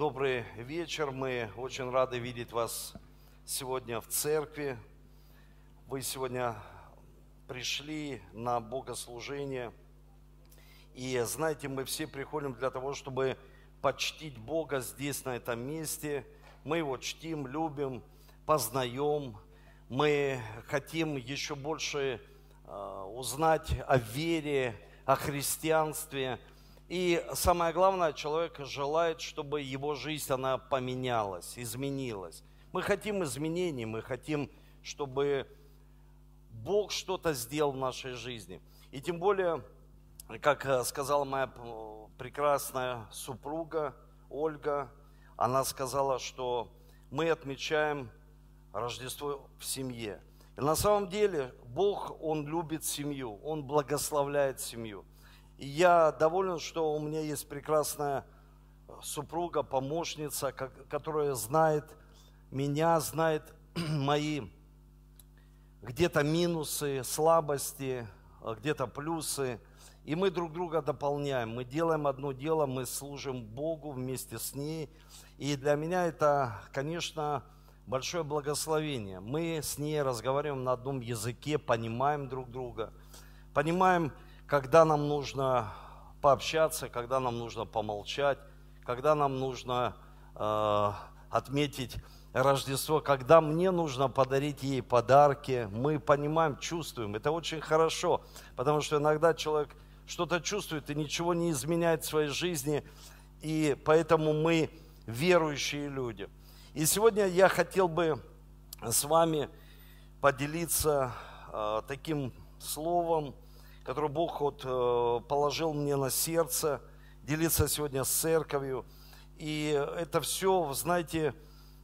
Добрый вечер. Мы очень рады видеть вас сегодня в церкви. Вы сегодня пришли на богослужение. И знаете, мы все приходим для того, чтобы почтить Бога здесь, на этом месте. Мы Его чтим, любим, познаем. Мы хотим еще больше узнать о вере, о христианстве. И самое главное, человек желает, чтобы его жизнь, она поменялась, изменилась. Мы хотим изменений, мы хотим, чтобы Бог что-то сделал в нашей жизни. И тем более, как сказала моя прекрасная супруга Ольга, она сказала, что мы отмечаем Рождество в семье. И на самом деле Бог, Он любит семью, Он благословляет семью. И я доволен, что у меня есть прекрасная супруга, помощница, которая знает меня, знает мои где-то минусы, слабости, где-то плюсы. И мы друг друга дополняем. Мы делаем одно дело, мы служим Богу вместе с ней. И для меня это, конечно, большое благословение. Мы с ней разговариваем на одном языке, понимаем друг друга, понимаем, когда нам нужно пообщаться, когда нам нужно помолчать, когда нам нужно отметить Рождество, когда мне нужно подарить ей подарки. Мы понимаем, чувствуем. Это очень хорошо, потому что иногда человек что-то чувствует и ничего не изменяет в своей жизни, и поэтому мы верующие люди. И сегодня я хотел бы с вами поделиться таким словом, который Бог положил мне на сердце, делиться сегодня с церковью. И это все, знаете,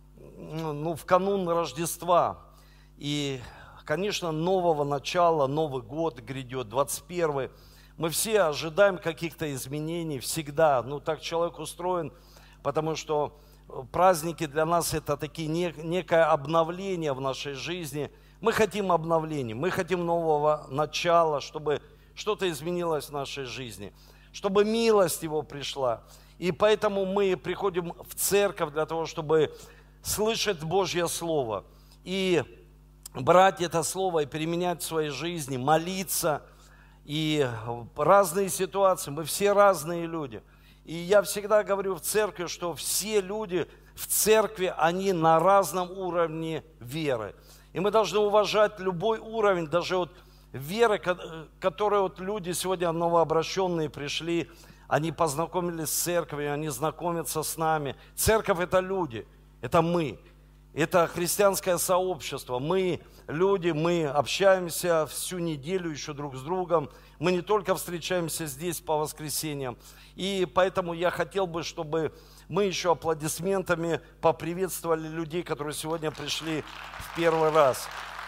в канун Рождества. И, конечно, нового начала, Новый год грядет, 21-й. Мы все ожидаем каких-то изменений всегда. Так человек устроен, потому что праздники для нас это такие некое обновление в нашей жизни. Мы хотим обновления, мы хотим нового начала, чтобы что-то изменилось в нашей жизни, чтобы милость Его пришла. И поэтому мы приходим в церковь для того, чтобы слышать Божье Слово и брать это Слово и применять в своей жизни, молиться. И разные ситуации, мы все разные люди. И я всегда говорю в церкви, что все люди в церкви, они на разном уровне веры. И мы должны уважать любой уровень, даже веры, которые люди сегодня новообращенные пришли, они познакомились с церковью, они знакомятся с нами. Церковь – это люди, это мы, это христианское сообщество. Мы люди, мы общаемся всю неделю еще друг с другом. Мы не только встречаемся здесь по воскресеньям. И поэтому я хотел бы, чтобы мы еще аплодисментами поприветствовали людей, которые сегодня пришли в первый раз.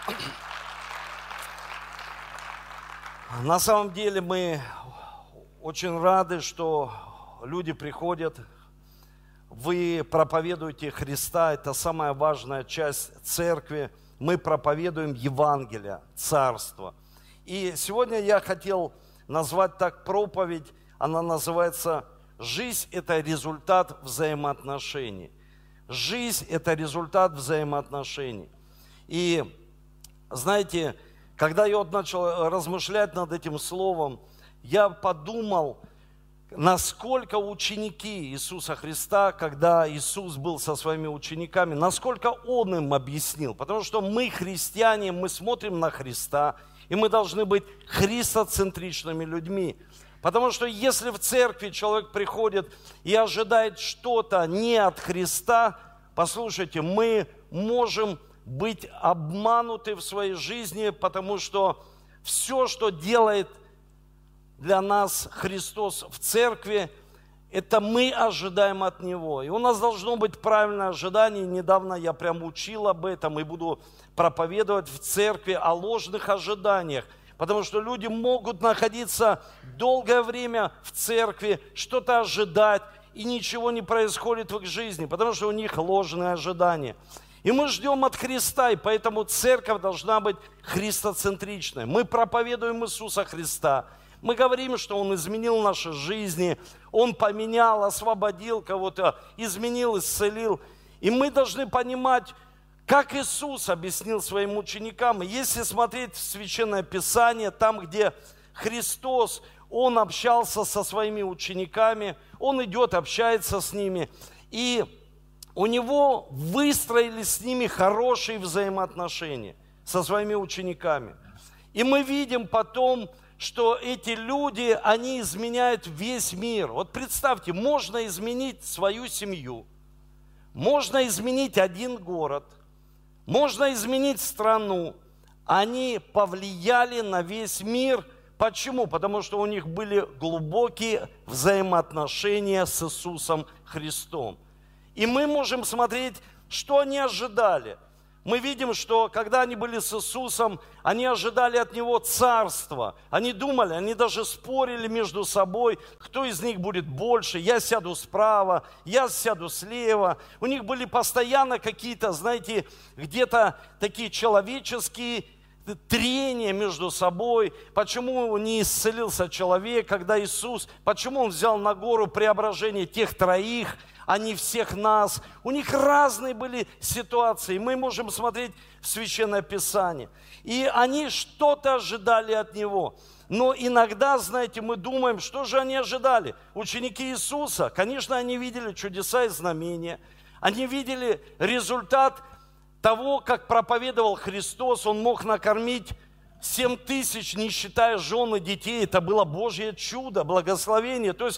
На самом деле мы очень рады, что люди приходят, вы проповедуете Христа, это самая важная часть церкви. Мы проповедуем Евангелие, Царство. И сегодня я хотел назвать так проповедь, она называется «Жизнь – это результат взаимоотношений». Жизнь – это результат взаимоотношений. И знаете, когда я начал размышлять над этим словом, я подумал, насколько ученики Иисуса Христа, когда Иисус был со своими учениками, насколько Он им объяснил. Потому что мы, христиане, мы смотрим на Христа, и мы должны быть христоцентричными людьми. Потому что если в церкви человек приходит и ожидает что-то не от Христа, послушайте, мы можем быть обмануты в своей жизни, потому что все, что делает для нас Христос в церкви, это мы ожидаем от Него. И у нас должно быть правильное ожидание. Недавно я прям учил об этом и буду проповедовать в церкви о ложных ожиданиях. Потому что люди могут находиться долгое время в церкви, что-то ожидать, и ничего не происходит в их жизни, потому что у них ложные ожидания. И мы ждем от Христа, и поэтому церковь должна быть христоцентричной. Мы проповедуем Иисуса Христа, Мы говорим, что Он изменил наши жизни, Он поменял, освободил кого-то, изменил, исцелил. И мы должны понимать, как Иисус объяснил своим ученикам. И если смотреть в Священное Писание, там, где Христос, Он общался со своими учениками, Он идет, общается с ними, и у Него выстроились с ними хорошие взаимоотношения со своими учениками. И мы видим потом, что эти люди, они изменяют весь мир. Вот представьте, можно изменить свою семью, можно изменить один город, можно изменить страну. Они повлияли на весь мир. Почему? Потому что у них были глубокие взаимоотношения с Иисусом Христом. И мы можем смотреть, что они ожидали. Мы видим, что когда они были с Иисусом, они ожидали от Него царства. Они думали, они даже спорили между собой, кто из них будет больше. Я сяду справа, я сяду слева. У них были постоянно какие-то, знаете, где-то такие человеческие трения между собой. Почему не исцелился человек, когда Иисус, почему Он взял на гору преображения тех троих, а не всех нас. У них разные были ситуации. Мы можем смотреть в Священное Писание. И они что-то ожидали от Него. Но иногда, знаете, мы думаем, что же они ожидали? Ученики Иисуса, конечно, они видели чудеса и знамения. Они видели результат того, как проповедовал Христос. Он мог накормить 7 тысяч, не считая жен и детей. Это было Божье чудо, благословение. То есть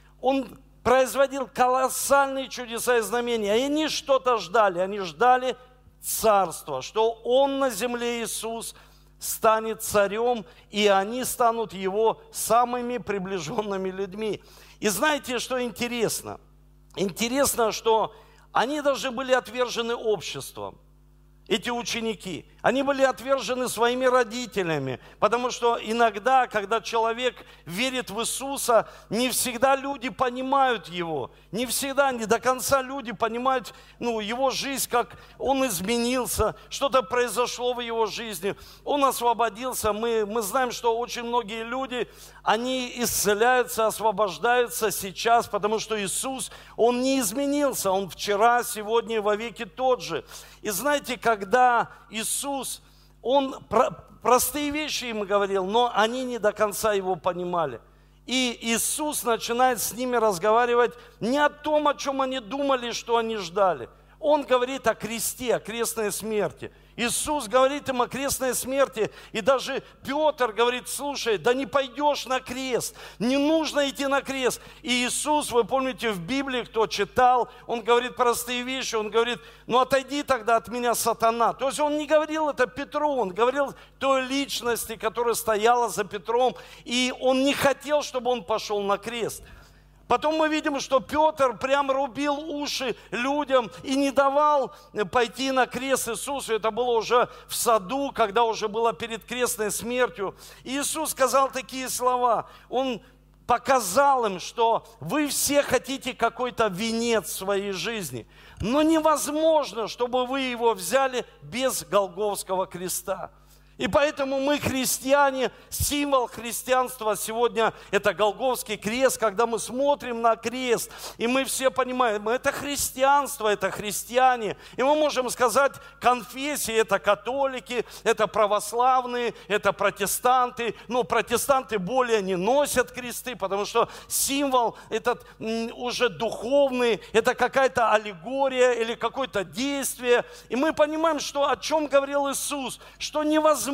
Он производил колоссальные чудеса и знамения. И они что-то ждали. Они ждали царства, что Он на земле, Иисус, станет царем, и они станут Его самыми приближенными людьми. И знаете, что интересно? Интересно, что они даже были отвержены обществом. Эти ученики, они были отвержены своими родителями, потому что иногда, когда человек верит в Иисуса, не всегда люди понимают Его, не всегда, не до конца люди понимают Его жизнь, как Он изменился, что-то произошло в Его жизни, Он освободился. Мы знаем, что очень многие люди, они исцеляются, освобождаются сейчас, потому что Иисус, Он не изменился, Он вчера, сегодня и вовеки тот же. И знаете, когда Иисус, Он простые вещи им говорил, но они не до конца Его понимали. И Иисус начинает с ними разговаривать не о том, о чем они думали, что они ждали. Он говорит о кресте, о крестной смерти. Иисус говорит им о крестной смерти. И даже Петр говорит: слушай, да не пойдешь на крест, не нужно идти на крест. И Иисус, вы помните в Библии, кто читал, Он говорит простые вещи, Он говорит: ну отойди тогда от меня, сатана. То есть Он не говорил это Петру, Он говорил той личности, которая стояла за Петром. И Он не хотел, чтобы он пошел на крест. Потом мы видим, что Петр прям рубил уши людям и не давал пойти на крест Иисусу. Это было уже в саду, когда уже было перед крестной смертью. И Иисус сказал такие слова. Он показал им, что вы все хотите какой-то венец в своей жизни. Но невозможно, чтобы вы его взяли без Голгофского креста. И поэтому мы, христиане, символ христианства сегодня – это Голгофский крест. Когда мы смотрим на крест, и мы все понимаем, это христианство, это христиане. И мы можем сказать, конфессии – это католики, это православные, это протестанты. Но протестанты более не носят кресты, потому что символ этот уже духовный, это какая-то аллегория или какое-то действие. И мы понимаем, что о чем говорил Иисус, что невозможно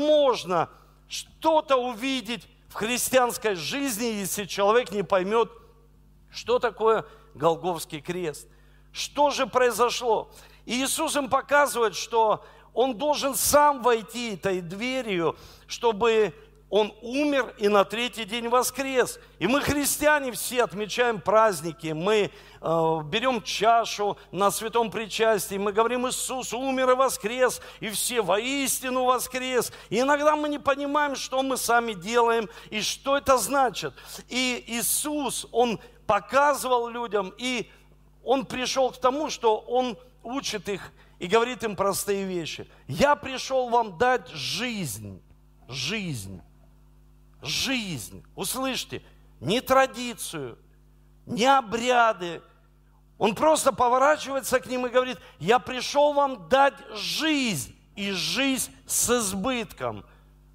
что-то увидеть в христианской жизни, если человек не поймет, что такое Голгофский крест. Что же произошло? И Иисус им показывает, что Он должен сам войти этой дверью, чтобы Он умер и на третий день воскрес. И мы, христиане, все отмечаем праздники. Мы берем чашу на святом причастии. Мы говорим: Иисус умер и воскрес. И все воистину воскрес. И иногда мы не понимаем, что мы сами делаем и что это значит. И Иисус, Он показывал людям, и Он пришел к тому, что Он учит их и говорит им простые вещи. Я пришел вам дать жизнь. Жизнь. жизнь. Услышьте, не традицию, не обряды. Он просто поворачивается к ним и говорит: я пришел вам дать жизнь, и жизнь с избытком.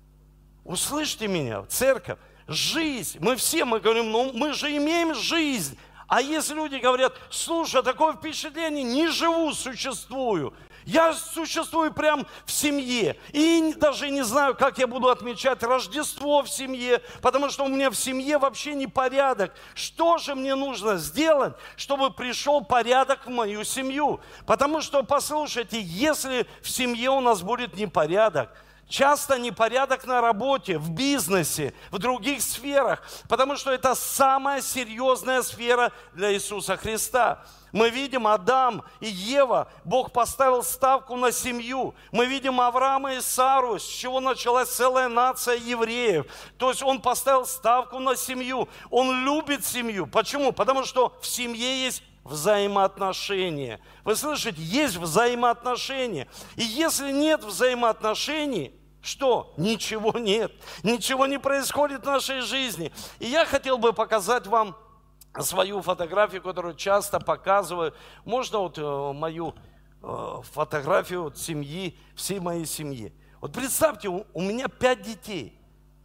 Услышьте меня, церковь, жизнь. Мы говорим, ну мы же имеем жизнь. А если люди говорят: слушай, такое впечатление, не живу, существую. Я существую прям в семье. И даже не знаю, как я буду отмечать Рождество в семье, потому что у меня в семье вообще непорядок. Что же мне нужно сделать, чтобы пришел порядок в мою семью? Потому что, послушайте, если в семье у нас будет непорядок, часто непорядок на работе, в бизнесе, в других сферах, потому что это самая серьезная сфера для Иисуса Христа. Мы видим Адам и Ева, Бог поставил ставку на семью. Мы видим Авраама и Сару, с чего началась целая нация евреев. То есть он поставил ставку на семью. Он любит семью. Почему? Потому что в семье есть взаимоотношения. Вы слышите, есть взаимоотношения. И если нет взаимоотношений, что? Ничего нет. Ничего не происходит в нашей жизни. И я хотел бы показать вам свою фотографию, которую часто показываю. Можно вот мою фотографию семьи, всей моей семьи. Вот представьте, у меня 5 детей.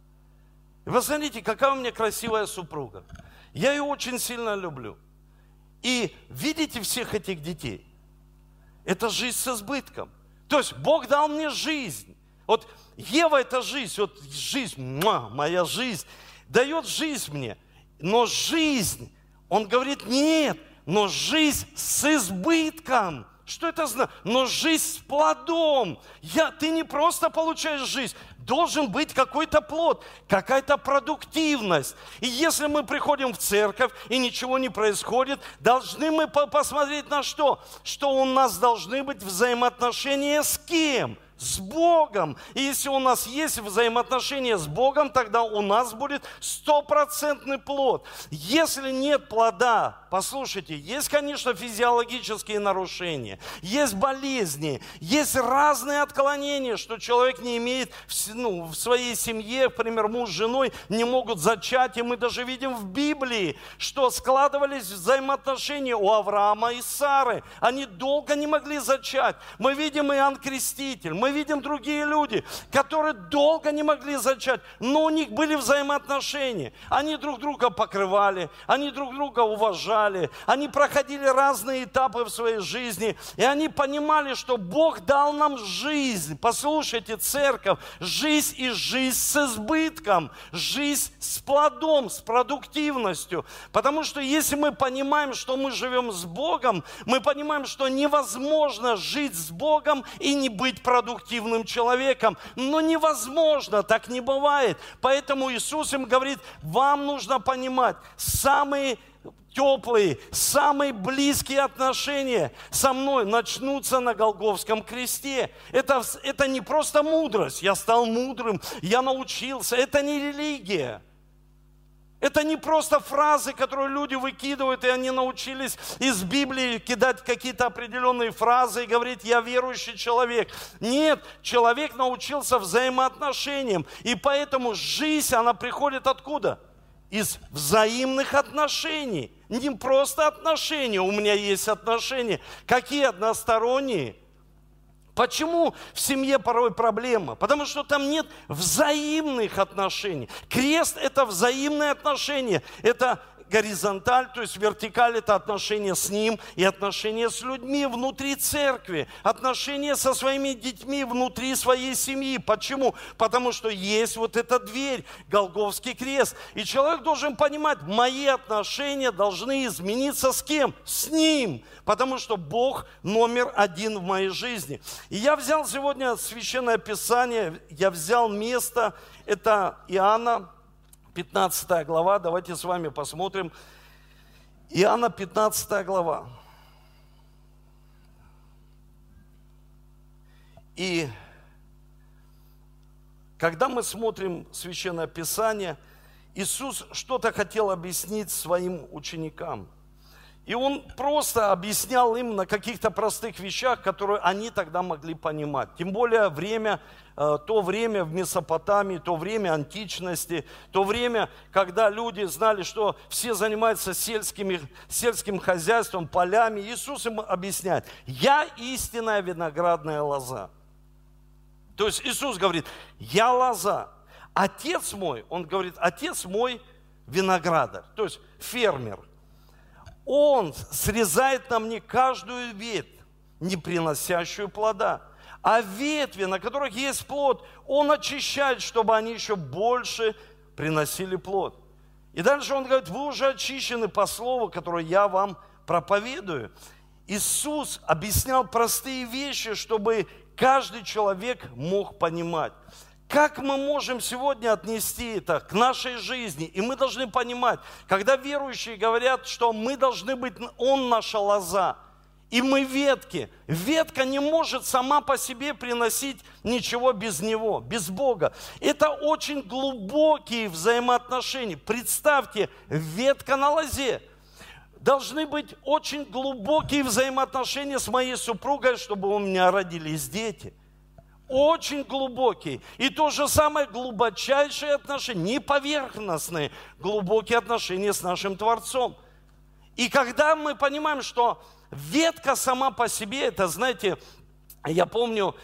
И посмотрите, какая у меня красивая супруга. Я ее очень сильно люблю. И видите всех этих детей? Это жизнь с избытком. То есть Бог дал мне жизнь. Вот Ева – это жизнь. Вот жизнь, моя жизнь, дает жизнь мне. Но жизнь, он говорит, нет, но жизнь с избытком. Что это значит? Но жизнь с плодом. Ты не просто получаешь жизнь, должен быть какой-то плод, какая-то продуктивность. И если мы приходим в церковь и ничего не происходит, должны мы посмотреть на что? Что у нас должны быть взаимоотношения с кем? С Богом. И если у нас есть взаимоотношения с Богом, тогда у нас будет 100% плод. Если нет плода, послушайте, есть, конечно, физиологические нарушения, есть болезни, есть разные отклонения, что человек не имеет в своей семье, например, муж с женой не могут зачать. И мы даже видим в Библии, что складывались взаимоотношения у Авраама и Сары. Они долго не могли зачать. Мы видим Иоанн Креститель, мы видим другие люди, которые долго не могли зачать, но у них были взаимоотношения. Они друг друга покрывали, они друг друга уважали, они проходили разные этапы в своей жизни, и они понимали, что Бог дал нам жизнь. Послушайте, церковь, жизнь и жизнь с избытком, жизнь с плодом, с продуктивностью. Потому что если мы понимаем, что мы живем с Богом, мы понимаем, что невозможно жить с Богом и не быть продуктивным человеком. Но невозможно, так не бывает. Поэтому Иисус им говорит, вам нужно понимать, самые теплые, самые близкие отношения со мной начнутся на Голгофском кресте. Это не просто мудрость. Я стал мудрым, я научился. Это не религия. Это не просто фразы, которые люди выкидывают, и они научились из Библии кидать какие-то определенные фразы и говорить, я верующий человек. Нет, человек научился взаимоотношениям, и поэтому жизнь, она приходит откуда? Из взаимных отношений. Не просто отношения, у меня есть отношения. Какие односторонние? Почему в семье порой проблема? Потому что там нет взаимных отношений. Крест – это взаимные отношения. Это горизонталь, то есть вертикаль – это отношения с Ним и отношения с людьми внутри церкви. Отношения со своими детьми внутри своей семьи. Почему? Потому что есть вот эта дверь, Голгофский крест. И человек должен понимать, мои отношения должны измениться с кем? С Ним. Потому что Бог номер один в моей жизни. И я взял сегодня Священное Писание, я взял место, это Иоанна, 15 глава, давайте с вами посмотрим. Иоанна, 15 глава. И когда мы смотрим Священное Писание, Иисус что-то хотел объяснить своим ученикам. И он просто объяснял им на каких-то простых вещах, которые они тогда могли понимать. Тем более то время в Месопотамии, то время античности, то время, когда люди знали, что все занимаются сельским хозяйством, полями. Иисус им объясняет: «Я истинная виноградная лоза». То есть Иисус говорит: «Я лоза». Отец мой, он говорит, отец мой виноградарь, то есть фермер. Он срезает на мне каждую ветвь, не приносящую плода. А ветви, на которых есть плод, он очищает, чтобы они еще больше приносили плод. И дальше он говорит: вы уже очищены по слову, которое я вам проповедую. Иисус объяснял простые вещи, чтобы каждый человек мог понимать. Как мы можем сегодня отнести это к нашей жизни? И мы должны понимать, когда верующие говорят, что мы должны быть, Он наша лоза, и мы ветки. Ветка не может сама по себе приносить ничего без Него, без Бога. Это очень глубокие взаимоотношения. Представьте, ветка на лозе. Должны быть очень глубокие взаимоотношения с моей супругой, чтобы у меня родились дети. Очень глубокие. И то же самое глубочайшие отношения, не поверхностные, глубокие отношения с нашим Творцом. И когда мы понимаем, что ветка сама по себе, это, знаете, я помню,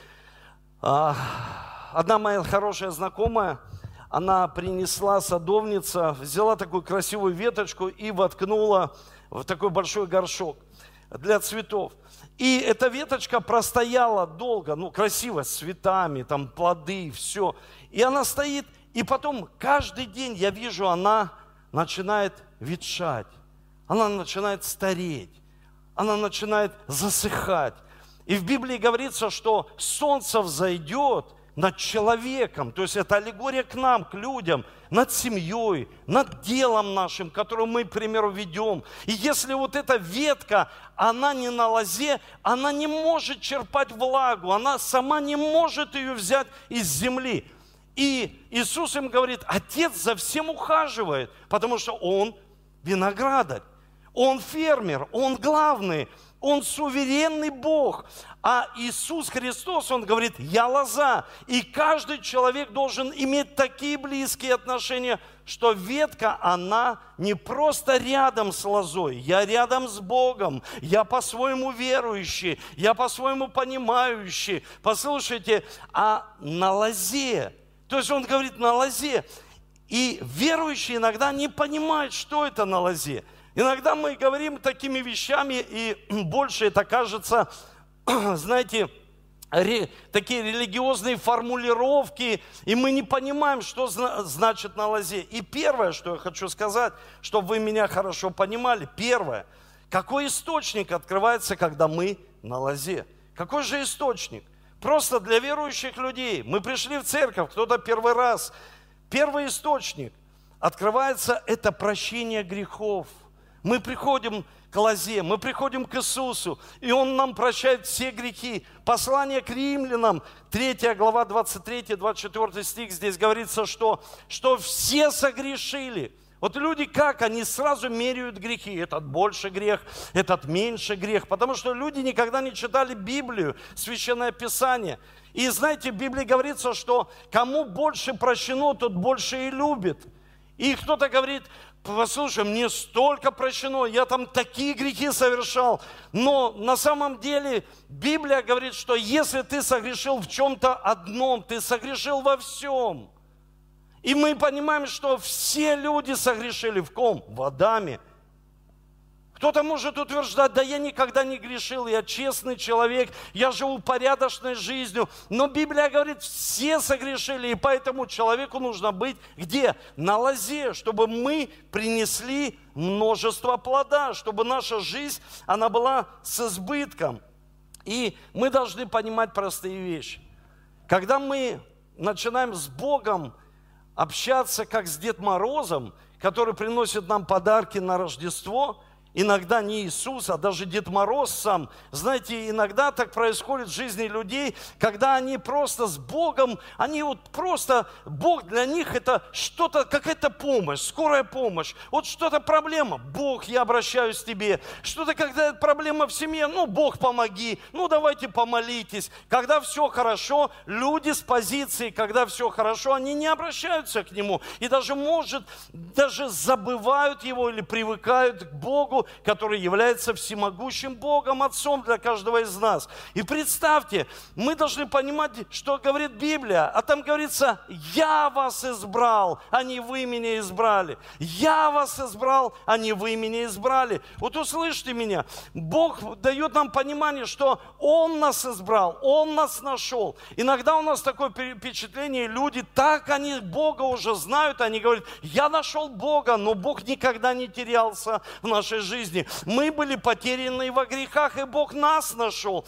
одна моя хорошая знакомая, она принесла, садовница, взяла такую красивую веточку и воткнула в такой большой горшок для цветов. И эта веточка простояла долго, красиво, с цветами, там плоды, все. И она стоит, и потом каждый день я вижу, она начинает ветшать, она начинает стареть, она начинает засыхать. И в Библии говорится, что солнце взойдет над человеком, то есть это аллегория к нам, к людям, над семьей, над делом нашим, которое мы, к примеру, ведем. И если вот эта ветка, она не на лозе, она не может черпать влагу, она сама не может ее взять из земли. И Иисус им говорит: Отец за всем ухаживает, потому что Он виноградарь, Он фермер, Он главный, Он суверенный Бог. А Иисус Христос, Он говорит: я лоза. И каждый человек должен иметь такие близкие отношения, что ветка, она не просто рядом с лозой, я рядом с Богом, я по-своему верующий, я по-своему понимающий. Послушайте, а на лозе, то есть Он говорит на лозе, и верующие иногда не понимают, что это на лозе. Иногда мы говорим такими вещами, и больше это кажется, знаете, такие религиозные формулировки, и мы не понимаем, что значит на лозе. И первое, что я хочу сказать, чтобы вы меня хорошо понимали, первое, какой источник открывается, когда мы на лозе? Какой же источник? Просто для верующих людей. Мы пришли в церковь, кто-то первый раз. Первый источник открывается – это прощение грехов. Мы приходим к лозе, мы приходим к Иисусу, и Он нам прощает все грехи. Послание к римлянам, 3 глава, 23-24 стих, здесь говорится, что все согрешили. Вот люди как? Они сразу меряют грехи. Этот больше грех, этот меньше грех. Потому что люди никогда не читали Библию, Священное Писание. И знаете, в Библии говорится, что кому больше прощено, тот больше и любит. И кто-то говорит: послушай, мне столько прощено, я там такие грехи совершал. Но на самом деле Библия говорит, что если ты согрешил в чем-то одном, ты согрешил во всем. И мы понимаем, что все люди согрешили в ком? В Адаме. Кто-то может утверждать: да я никогда не грешил, я честный человек, я живу порядочной жизнью. Но Библия говорит, все согрешили, и поэтому человеку нужно быть где? На лозе, чтобы мы принесли множество плода, чтобы наша жизнь, она была с избытком. И мы должны понимать простые вещи. Когда мы начинаем с Богом общаться, как с Дедом Морозом, который приносит нам подарки на Рождество, Иногда не Иисус, а даже Дед Мороз сам. Знаете, иногда так происходит в жизни людей, когда они просто с Богом, они вот просто, Бог для них это что-то, какая-то помощь, скорая помощь. Вот что-то проблема, Бог, я обращаюсь к тебе. Что-то, когда проблема в семье, ну, Бог, помоги, ну, давайте помолитесь. Когда все хорошо, люди с позиции, когда все хорошо, они не обращаются к Нему. И даже, может, даже забывают Его или привыкают к Богу, который является всемогущим Богом, Отцом для каждого из нас. И представьте, мы должны понимать, что говорит Библия, а там говорится: «Я вас избрал, а не вы меня избрали». «Я вас избрал, а не вы меня избрали». Вот услышьте меня, Бог дает нам понимание, что Он нас избрал, Он нас нашел. Иногда у нас такое впечатление, люди так, они Бога уже знают, они говорят: «Я нашел Бога», но Бог никогда не терялся в нашей жизни. Мы были потеряны во грехах, и Бог нас нашел.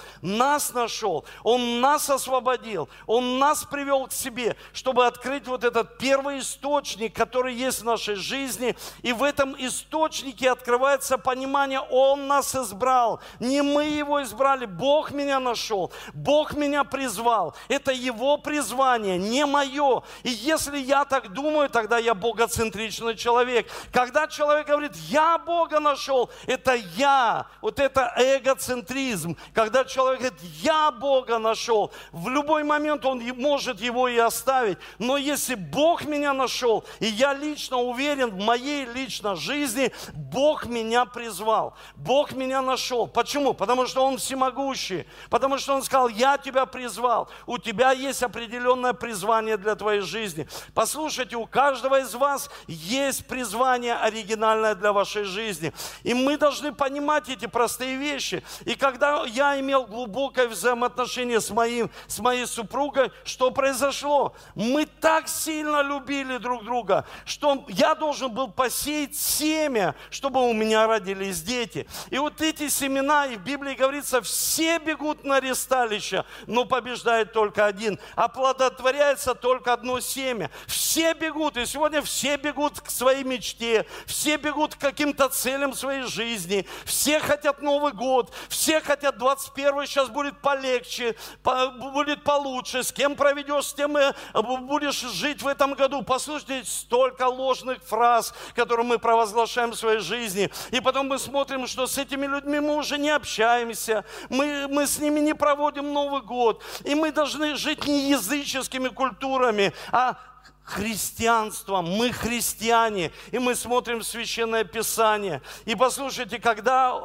Он нас освободил, Он нас привел к себе, чтобы открыть вот этот первый источник, который есть в нашей жизни. И в этом источнике открывается понимание: Он нас избрал. Не мы Его избрали, Бог меня нашел, Бог меня призвал. Это Его призвание, не мое. И если я так думаю, тогда я богоцентричный человек. Когда человек говорит: «Я Бога нашел», это я, вот это эгоцентризм. Когда человек говорит: «Я Бога нашел», в любой момент он может его и оставить. Но если Бог меня нашел, и я лично уверен в моей личной жизни, Бог меня призвал, Бог меня нашел. Почему? Потому что Он всемогущий, потому что Он сказал: «Я тебя призвал». У тебя есть определенное призвание для твоей жизни. Послушайте, у каждого из вас есть призвание оригинальное для вашей жизни. И мы должны понимать эти простые вещи. И когда я имел глубокое взаимоотношение с моей супругой, что произошло? Мы так сильно любили друг друга, что я должен был посеять семя, чтобы у меня родились дети. И вот эти семена, и в Библии говорится: все бегут на ресталище, но побеждает только один. Оплодотворяется только одно семя. Все бегут, и сегодня все бегут к своей мечте, все бегут к каким-то целям своей жизни, все хотят Новый год, все хотят 21-й, сейчас будет полегче, будет получше, с кем проведешь, с тем и будешь жить в этом году. Послушайте, столько ложных фраз, которые мы провозглашаем в своей жизни, и потом мы смотрим, что с этими людьми мы уже не общаемся, мы с ними не проводим Новый год, и мы должны жить не языческими культурами, а христианством. Мы христиане, и мы смотрим в Священное Писание. И послушайте, когда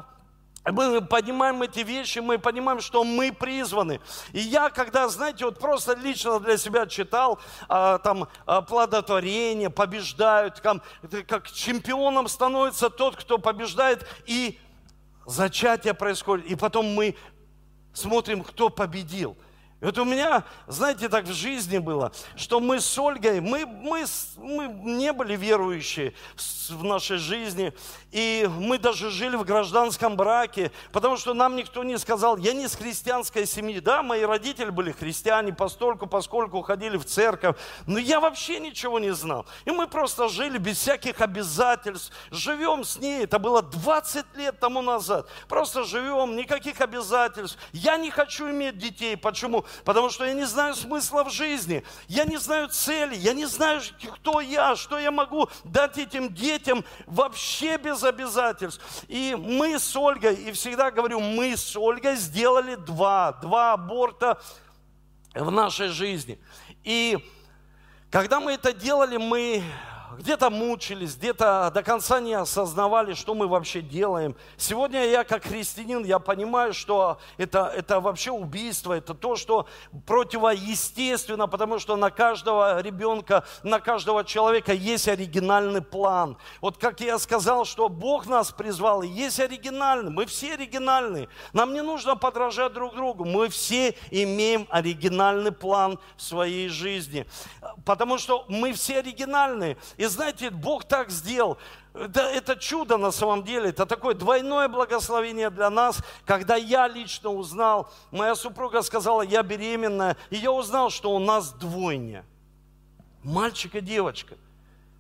мы понимаем эти вещи, мы понимаем, что мы призваны. И я, когда, знаете, вот просто лично для себя читал, там, плодотворение, побеждают, там, как чемпионом становится тот, кто побеждает, и зачатие происходит. И потом мы смотрим, кто победил. Это у меня, знаете, так в жизни было, что мы с Ольгой, мы не были верующие в нашей жизни, и мы даже жили в гражданском браке, потому что нам никто не сказал: я не из христианской семьи. Да, мои родители были христиане, поскольку ходили в церковь, но я вообще ничего не знал. И мы просто жили без всяких обязательств, живем с ней, это было 20 лет тому назад, просто живем, никаких обязательств. Я не хочу иметь детей, почему? Потому что я не знаю смысла в жизни, я не знаю цели, я не знаю, кто я, что я могу дать этим детям вообще без обязательств. И мы с Ольгой, и всегда говорю, мы с Ольгой сделали два аборта в нашей жизни. И когда мы это делали, мы где-то мучились, где-то до конца не осознавали, что мы вообще делаем. Сегодня я, как христианин, я понимаю, что это вообще убийство, это то, что противоестественно, потому что на каждого ребенка, на каждого человека есть оригинальный план. Вот как я сказал, что Бог нас призвал, и есть оригинальный, мы все оригинальные. Нам не нужно подражать друг другу, мы все имеем оригинальный план в своей жизни, потому что мы все оригинальные. И знаете, Бог так сделал. Это чудо на самом деле, это такое двойное благословение для нас. Когда я лично узнал, моя супруга сказала: я беременная, и я узнал, что у нас двойня. Мальчик и девочка.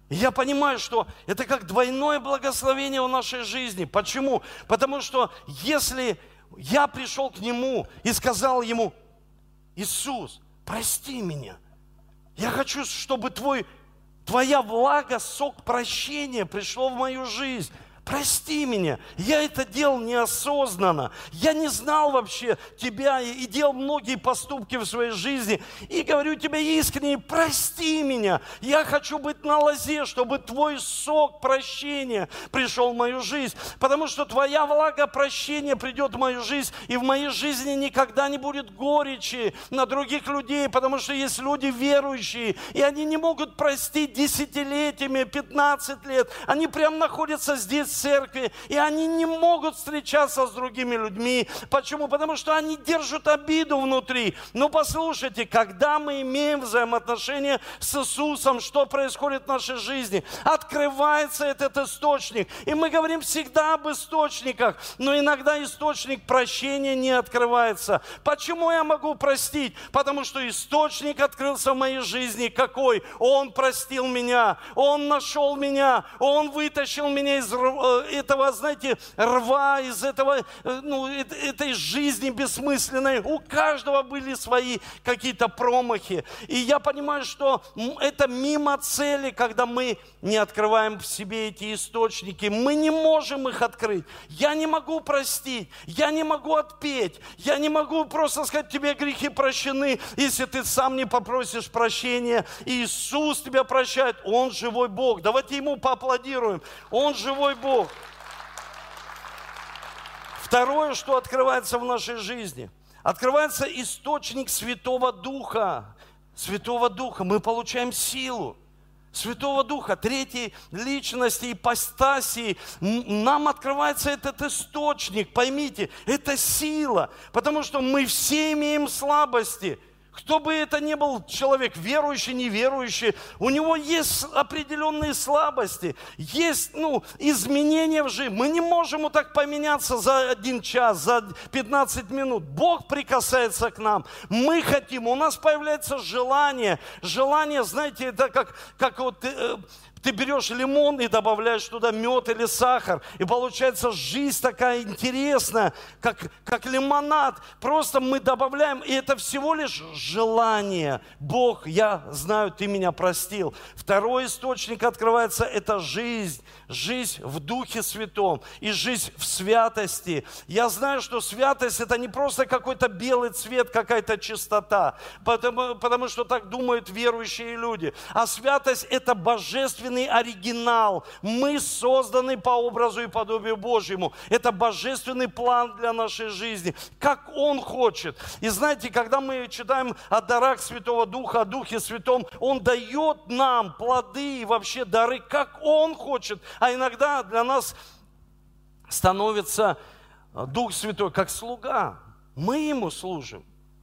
И я понимаю, что это как двойное благословение в нашей жизни. Почему? Потому что если я пришел к Нему и сказал Ему: Иисус, прости меня. Я хочу, чтобы Твоя влага, сок прощения пришло в мою жизнь. Прости меня, я это делал неосознанно. Я не знал вообще Тебя и делал многие поступки в своей жизни. И говорю Тебе искренне: прости меня. Я хочу быть на лозе, чтобы Твой сок прощения пришел в мою жизнь. Потому что Твоя влага прощения придет в мою жизнь, и в моей жизни никогда не будет горечи на других людей, потому что есть люди верующие, и они не могут простить десятилетиями, 15 лет. Они прям находятся здесь, церкви, и они не могут встречаться с другими людьми. Почему? Потому что они держат обиду внутри. Но послушайте, когда мы имеем взаимоотношения с Иисусом, что происходит в нашей жизни? Открывается этот источник. И мы говорим всегда об источниках, но иногда источник прощения не открывается. Почему я могу простить? Потому что источник открылся в моей жизни. Какой? Он простил меня, Он нашел меня, Он вытащил меня из этого, знаете, рва, из этой жизни бессмысленной. У каждого были свои какие-то промахи. И я понимаю, что это мимо цели, когда мы не открываем в себе эти источники. Мы не можем их открыть. Я не могу простить, я не могу отпеть, я не могу просто сказать: тебе грехи прощены, если ты сам не попросишь прощения. Иисус тебя прощает, Он живой Бог. Давайте Ему поаплодируем. Он живой Бог. Второе, что открывается в нашей жизни, открывается источник Святого Духа. Святого Духа. Мы получаем силу Святого Духа, третьей личности, ипостаси. Нам открывается этот источник. Поймите, это сила, потому что мы все имеем слабости. Кто бы это ни был человек, верующий, неверующий, у него есть определенные слабости, есть изменения в жизни. Мы не можем вот так поменяться за 1 час, за 15 минут. Бог прикасается к нам, мы хотим, у нас появляется желание. Желание, знаете, это как вот ты берешь лимон и добавляешь туда мед или сахар, и получается жизнь такая интересная, как лимонад. Просто мы добавляем, и это всего лишь желание. Бог, я знаю, Ты меня простил. Второй источник открывается, это жизнь. Жизнь в Духе Святом и жизнь в святости. Я знаю, что святость — это не просто какой-то белый цвет, какая-то чистота, потому что так думают верующие люди. А святость — это божественный оригинал. Мы созданы по образу и подобию Божьему. Это божественный план для нашей жизни, как Он хочет. И знаете, когда мы читаем о дарах Святого Духа, о Духе Святом, Он дает нам плоды и вообще дары, как Он хочет. А иногда для нас становится Дух Святой как слуга. Мы Ему служим.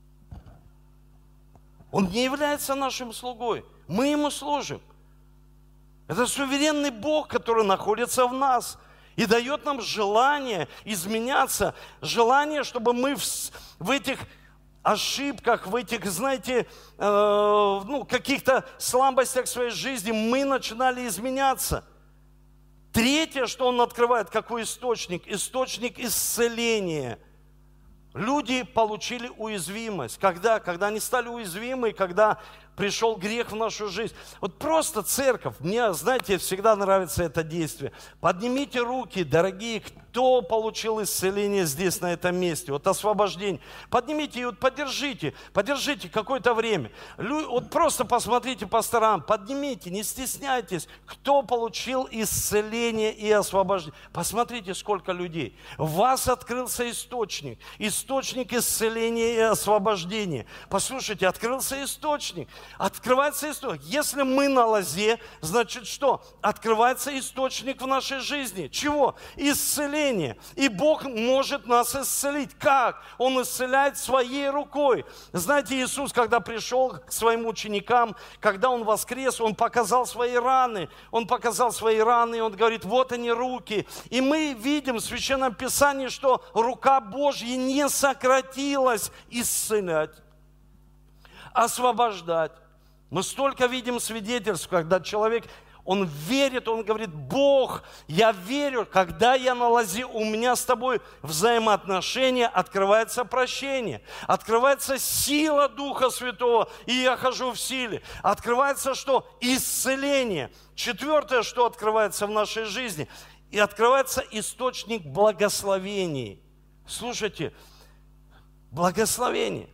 Он не является нашим слугой. Мы Ему служим. Это суверенный Бог, который находится в нас и дает нам желание изменяться, желание, чтобы мы в этих ошибках, в этих, знаете, каких-то слабостях своей жизни мы начинали изменяться. Третье, что Он открывает, какой источник? Источник исцеления. Люди получили уязвимость. Когда они стали уязвимы, когда пришел грех в нашу жизнь. Вот просто церковь, мне, знаете, всегда нравится это действие. Поднимите руки, дорогие, кто получил исцеление здесь, на этом месте, вот освобождение. Поднимите и вот подержите какое-то время. Вот просто посмотрите по сторонам, поднимите, не стесняйтесь, кто получил исцеление и освобождение. Посмотрите, сколько людей. В вас открылся источник исцеления и освобождения. Послушайте, открылся источник. Открывается источник. Если мы на лозе, значит что? Открывается источник в нашей жизни. Чего? Исцеление. И Бог может нас исцелить. Как? Он исцеляет своей рукой. Знаете, Иисус, когда пришел к своим ученикам, когда Он воскрес, Он показал свои раны. Он показал свои раны, и Он говорит: вот они руки. И мы видим в Священном Писании, что рука Божья не сократилась исцелять, освобождать. Мы столько видим свидетельств, когда человек, Он верит, он говорит: Бог, я верю, когда я на лозе, у меня с тобой взаимоотношения, открывается прощение, открывается сила Духа Святого, и я хожу в силе. Открывается что? Исцеление. Четвертое, что открывается в нашей жизни, и открывается источник благословений. Слушайте, благословение.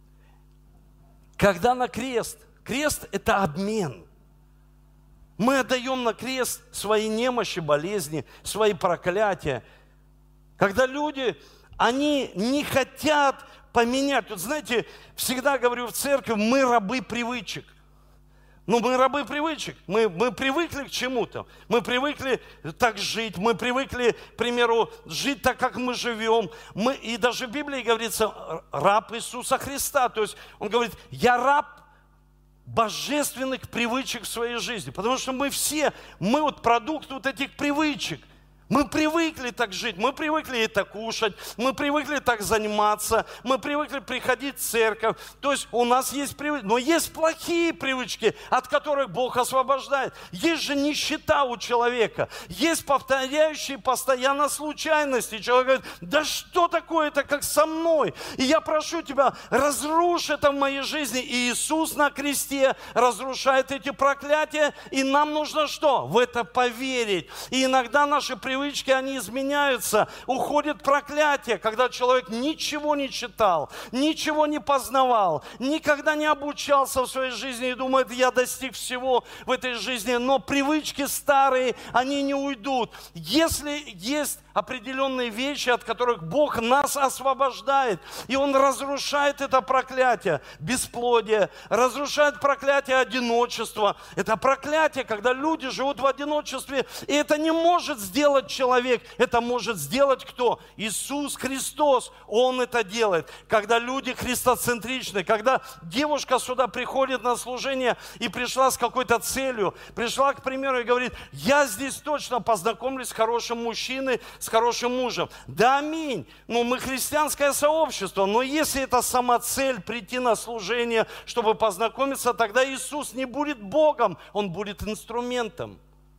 Когда на крест, крест – это обмен. Мы отдаем на крест свои немощи, болезни, свои проклятия. Когда люди, они не хотят поменять. Вот знаете, всегда говорю в церкви, мы рабы привычек. Но мы рабы привычек. Мы привыкли к чему-то. Мы привыкли так жить. Мы привыкли, к примеру, жить так, как мы живем. И даже в Библии говорится, раб Иисуса Христа. То есть он говорит, я раб божественных привычек в своей жизни. Потому что мы вот продукт вот этих привычек. Мы привыкли так жить, мы привыкли это кушать, мы привыкли так заниматься, мы привыкли приходить в церковь. То есть у нас есть привычки, но есть плохие привычки, от которых Бог освобождает. Есть же нищета у человека, есть повторяющие постоянно случайности. Человек говорит, да что такое-то, как со мной? И я прошу тебя, разрушь это в моей жизни. И Иисус на кресте разрушает эти проклятия, и нам нужно что? В это поверить. И иногда наши привычки, они изменяются, уходит проклятие, когда человек ничего не читал, ничего не познавал, никогда не обучался в своей жизни и думает, я достиг всего в этой жизни, но привычки старые, они не уйдут. Если есть определенные вещи, от которых Бог нас освобождает, и Он разрушает это проклятие бесплодия, разрушает проклятие одиночества. Это проклятие, когда люди живут в одиночестве, и это не может сделать человек, это может сделать кто? Иисус Христос. Он это делает. Когда люди христоцентричны, когда девушка сюда приходит на служение и пришла с какой-то целью, пришла, к примеру, и говорит, я здесь точно познакомлюсь с хорошим мужчиной, с хорошим мужем. Да, аминь. Ну, мы христианское сообщество, но если это сама цель прийти на служение, чтобы познакомиться, тогда Иисус не будет Богом, Он будет инструментом.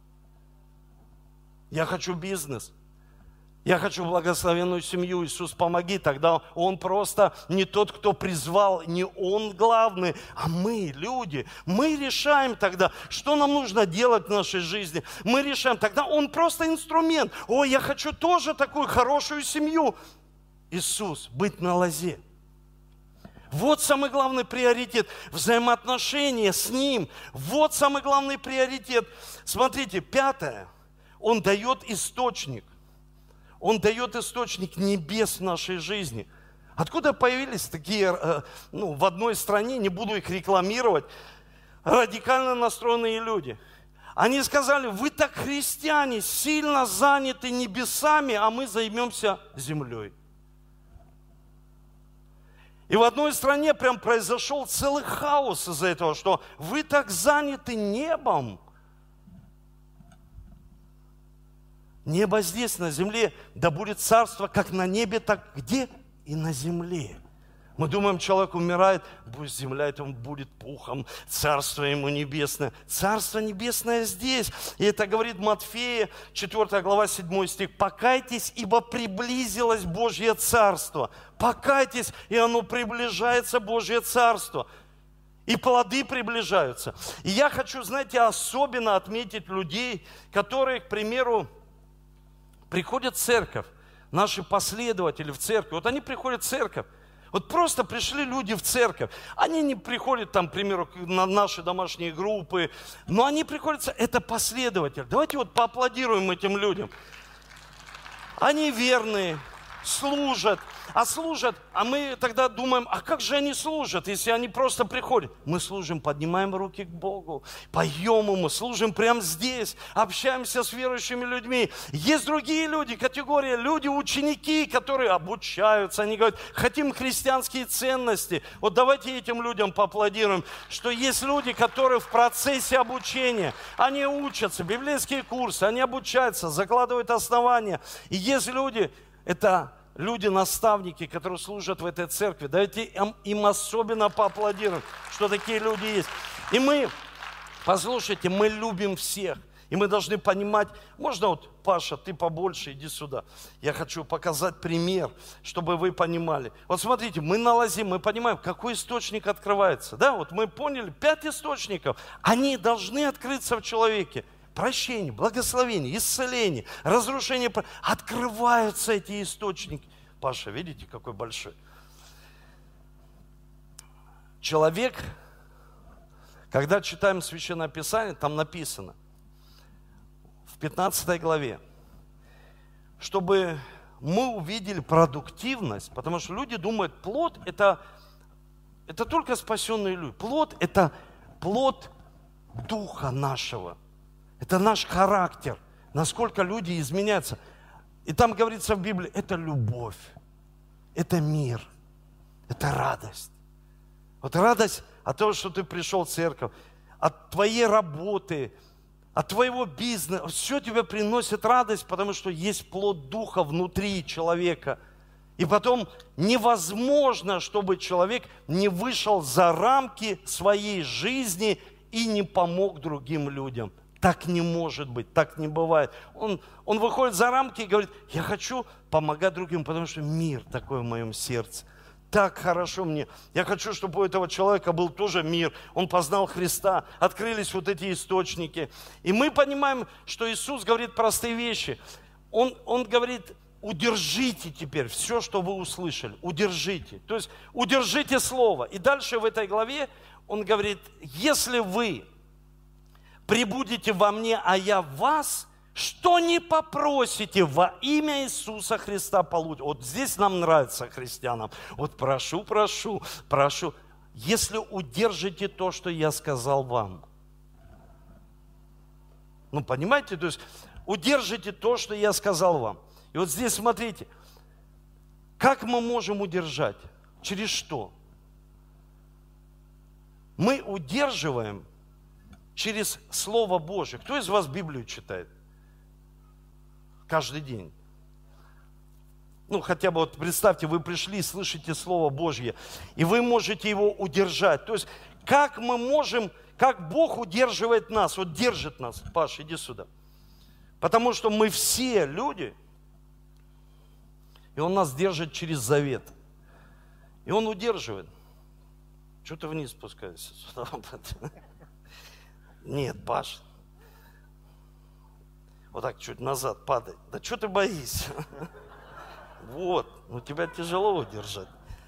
Я хочу бизнес. Я хочу благословенную семью. Иисус, помоги. Тогда Он просто не тот, кто призвал, не Он главный, а мы, люди. Мы решаем тогда, что нам нужно делать в нашей жизни. Мы решаем. Тогда Он просто инструмент. Ой, я хочу тоже такую хорошую семью. Иисус, быть на лозе. Вот самый главный приоритет. Взаимоотношения с Ним. Вот самый главный приоритет. Смотрите, 5. Он дает источник. Он дает источник небес в нашей жизни. Откуда появились такие, в одной стране, не буду их рекламировать, радикально настроенные люди? Они сказали, вы так, христиане, сильно заняты небесами, а мы займемся землей. И в одной стране прям произошел целый хаос из-за этого, что вы так заняты небом. Небо здесь, на земле, да будет царство как на небе, так где? И на земле. Мы думаем, человек умирает, пусть земля это будет пухом, царство ему небесное. Царство небесное здесь. И это говорит Матфея, 4 глава, 7 стих. Покайтесь, ибо приблизилось Божье царство. Покайтесь, и оно приближается, Божье царство. И плоды приближаются. И я хочу, знаете, особенно отметить людей, которые, к примеру, приходят в церковь, наши последователи в церковь. Вот они приходят в церковь. Вот просто пришли люди в церковь. Они не приходят там, к примеру, на наши домашние группы, но они приходят, это последователи. Давайте вот поаплодируем этим людям. Они верные, служат, а мы тогда думаем, а как же они служат, если они просто приходят? Мы служим, поднимаем руки к Богу, поем Ему, служим прямо здесь, общаемся с верующими людьми. Есть другие люди, категория, люди, ученики, которые обучаются, они говорят, хотим христианские ценности. Вот давайте этим людям поаплодируем, что есть люди, которые в процессе обучения, они учатся, библейские курсы, они обучаются, закладывают основания. И есть люди, это люди-наставники, которые служат в этой церкви. Давайте им особенно поаплодируем, что такие люди есть. И мы Послушайте, мы любим всех. И мы должны понимать, можно вот, Паша, ты побольше, иди сюда. Я хочу показать пример, чтобы вы понимали. Вот смотрите, мы на лозе, мы понимаем, какой источник открывается. Да, вот мы поняли, 5 источников, они должны открыться в человеке. Прощение, благословение, исцеление, разрушение. Открываются эти источники. Паша, видите, какой большой? Человек, когда читаем Священное Писание, там написано, в 15 главе, чтобы мы увидели продуктивность, потому что люди думают, плод это только спасенные люди. Плод это плод духа нашего. Это наш характер, насколько люди изменяются. И там говорится в Библии, это любовь, это мир, это радость. Вот радость от того, что ты пришел в церковь, от твоей работы, от твоего бизнеса, все тебе приносит радость, потому что есть плод духа внутри человека. И потом невозможно, чтобы человек не вышел за рамки своей жизни и не помог другим людям. Так не может быть, так не бывает. Он выходит за рамки и говорит, я хочу помогать другим, потому что мир такой в моем сердце. Так хорошо мне. Я хочу, чтобы у этого человека был тоже мир. Он познал Христа. Открылись вот эти источники. И мы понимаем, что Иисус говорит простые вещи. Он говорит, удержите теперь все, что вы услышали. Удержите. То есть удержите слово. И дальше в этой главе он говорит, если вы пребудете во мне, а я в вас, что не попросите во имя Иисуса Христа получите. Вот здесь нам нравится, христианам. Вот прошу. Если удержите то, что я сказал вам. Ну, понимаете? То есть удержите то, что я сказал вам. И вот здесь смотрите, как мы можем удержать? Через что? Мы удерживаем через Слово Божие. Кто из вас Библию читает? Каждый день. Ну, хотя бы вот представьте, вы пришли, слышите Слово Божье, и вы можете его удержать. То есть, как мы можем, как Бог удерживает нас, вот держит нас. Паш, иди сюда. Потому что мы все люди, и Он нас держит через завет. И Он удерживает. Что ты вниз спускаешься? Нет, Паш. Вот так чуть назад падай. Да что ты боишься? Вот, ну тебя тяжело удержать.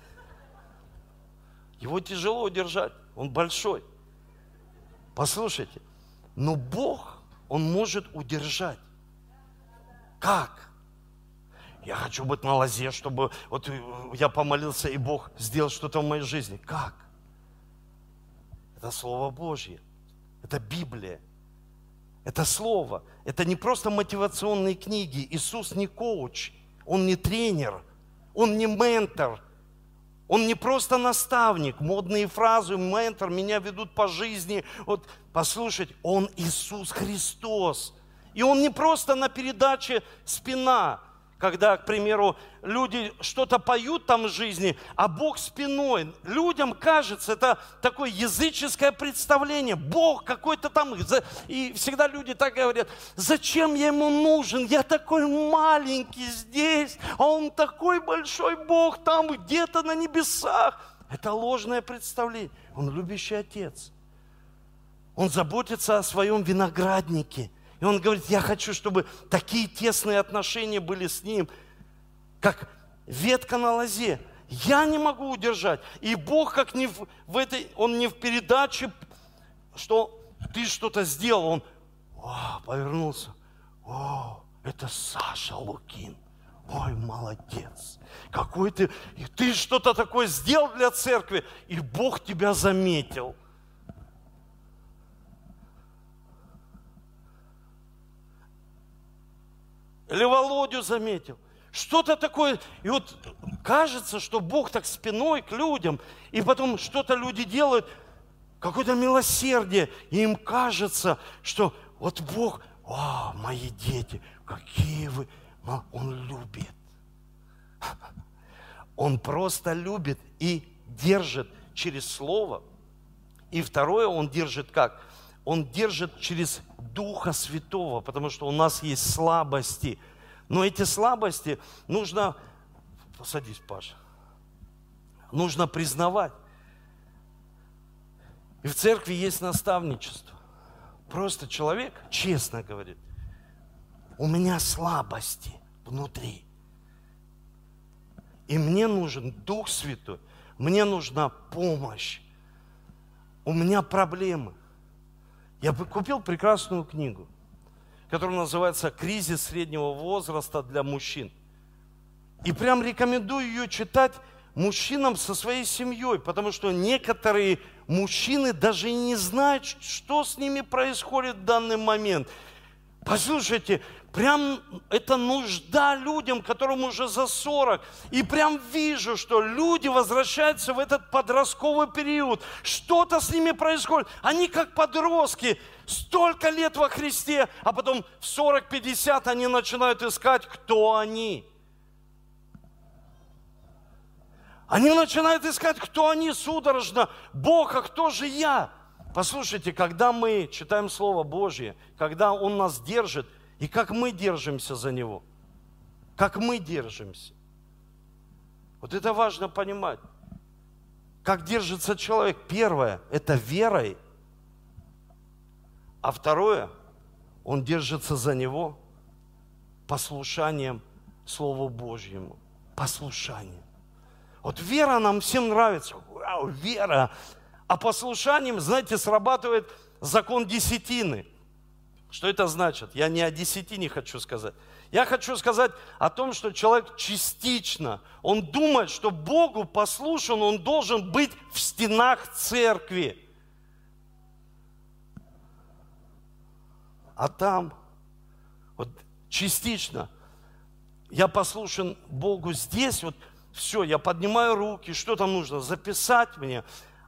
Его тяжело удержать, он большой. Послушайте, но Бог, Он может удержать. Как? Я хочу быть на лозе, чтобы вот я помолился, и Бог сделал что-то в моей жизни. Как? Это Слово Божье, это Библия. Это слово, это не просто мотивационные книги. Иисус не коуч, Он не тренер, Он не ментор, Он не просто наставник. Модные фразы, ментор, меня ведут по жизни. Вот послушайте, Он Иисус Христос. И Он не просто на передаче спина, когда, к примеру, люди что-то поют там в жизни, а Бог спиной. Людям кажется, это такое языческое представление. Бог какой-то там. И всегда люди так говорят, зачем я ему нужен? Я такой маленький здесь, а он такой большой Бог там где-то на небесах. Это ложное представление. Он любящий Отец. Он заботится о своем винограднике. И Он говорит, я хочу, чтобы такие тесные отношения были с Ним, как ветка на лозе. Я не могу удержать. И Бог, как не в этой, Он не в передаче, что ты что-то сделал. Он повернулся. Это Саша Лукин. Ой, молодец. Какой ты что-то такое сделал для церкви, и Бог тебя заметил. Или Володю заметил. Что-то такое. И вот кажется, что Бог так спиной к людям, и потом что-то люди делают, какое-то милосердие, и им кажется, что вот Бог, мои дети, какие вы, Он любит. Он просто любит и держит через слово. И второе, Он держит как? Он держит через Духа Святого, потому что у нас есть слабости. Но эти слабости нужно... Садись, Паша. Нужно признавать. И в церкви есть наставничество. Просто человек честно говорит, у меня слабости внутри. И мне нужен Дух Святой, мне нужна помощь. У меня проблемы. Я купил прекрасную книгу, которая называется «Кризис среднего возраста для мужчин». И прям рекомендую ее читать мужчинам со своей семьей, потому что некоторые мужчины даже не знают, что с ними происходит в данный момент. Послушайте, прям это нужда людям, которым уже за 40. И прям вижу, что люди возвращаются в этот подростковый период. Что-то с ними происходит. Они как подростки, столько лет во Христе, а потом в 40-50 они начинают искать, кто они. Они начинают искать, кто они судорожно. Бог, а кто же я? Послушайте, когда мы читаем Слово Божье, когда Он нас держит, и как мы держимся за Него, как мы держимся. Вот это важно понимать. Как держится человек. Первое, это верой. А второе, он держится за Него послушанием Слову Божьему. Послушанием. Вот вера нам всем нравится. Вау, вера. А послушанием, знаете, срабатывает закон десятины. Что это значит? Я не о десятине хочу сказать. Я хочу сказать о том, что человек частично, он думает, что Богу послушан, он должен быть в стенах церкви. А там, вот частично, я послушен Богу здесь, вот все, я поднимаю руки, что там нужно, записать мне.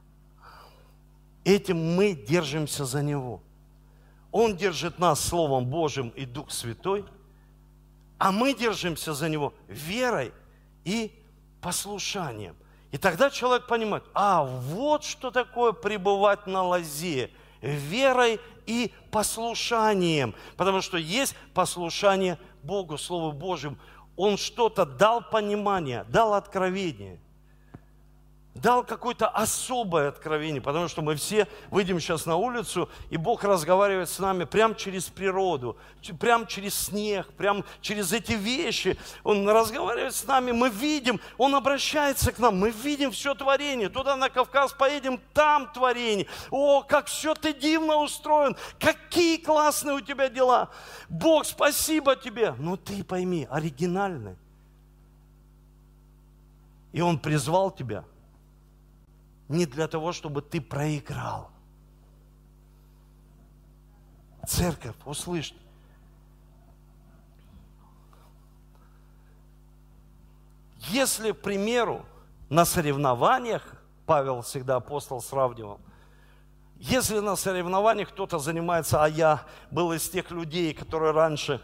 Этим мы держимся за Него. Он держит нас Словом Божьим и Дух Святой, а мы держимся за Него верой и послушанием. И тогда человек понимает, вот что такое пребывать на лозе, верой и послушанием. Потому что есть послушание Богу, Слову Божьему. Он что-то дал понимание, дал откровение. Дал какое-то особое откровение, потому что мы все выйдем сейчас на улицу, и Бог разговаривает с нами прямо через природу, прямо через снег, прямо через эти вещи. Он разговаривает с нами, мы видим, Он обращается к нам, мы видим все творение. Туда на Кавказ поедем, там творение. О, как все ты дивно устроен, какие классные у тебя дела. Бог, спасибо тебе. Но ты пойми, оригинальный. И Он призвал тебя не для того, чтобы ты проиграл. Церковь, услышь. Если, к примеру, на соревнованиях, Павел всегда апостол сравнивал, если на соревнованиях кто-то занимается, а я был из тех людей, которые раньше,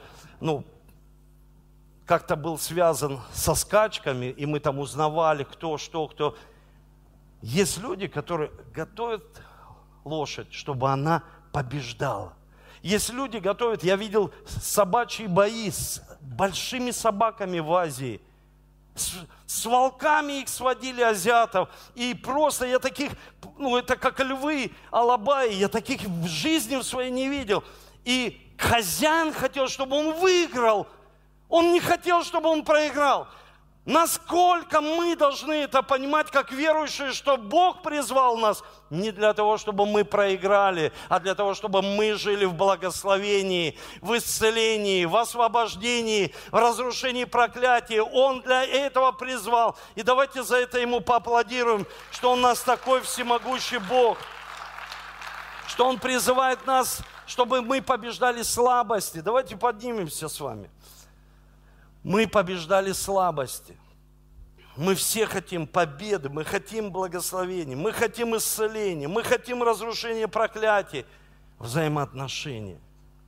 как-то был связан со скачками, и мы там узнавали, кто, что, кто. Есть люди, которые готовят лошадь, чтобы она побеждала. Есть люди готовят, я видел собачьи бои с большими собаками в Азии. С волками их сводили азиатов. И просто я таких, это как львы, алабаи, я таких в жизни в своей не видел. И хозяин хотел, чтобы он выиграл. Он не хотел, чтобы он проиграл. Насколько мы должны это понимать, как верующие, что Бог призвал нас не для того, чтобы мы проиграли, а для того, чтобы мы жили в благословении, в исцелении, в освобождении, в разрушении проклятия. Он для этого призвал. И давайте за это Ему поаплодируем, что Он нас такой всемогущий Бог, что Он призывает нас, чтобы мы побеждали слабости. Давайте поднимемся с вами. Мы побеждали слабости. Мы все хотим победы, мы хотим благословения, мы хотим исцеления, мы хотим разрушения проклятий. Взаимоотношения.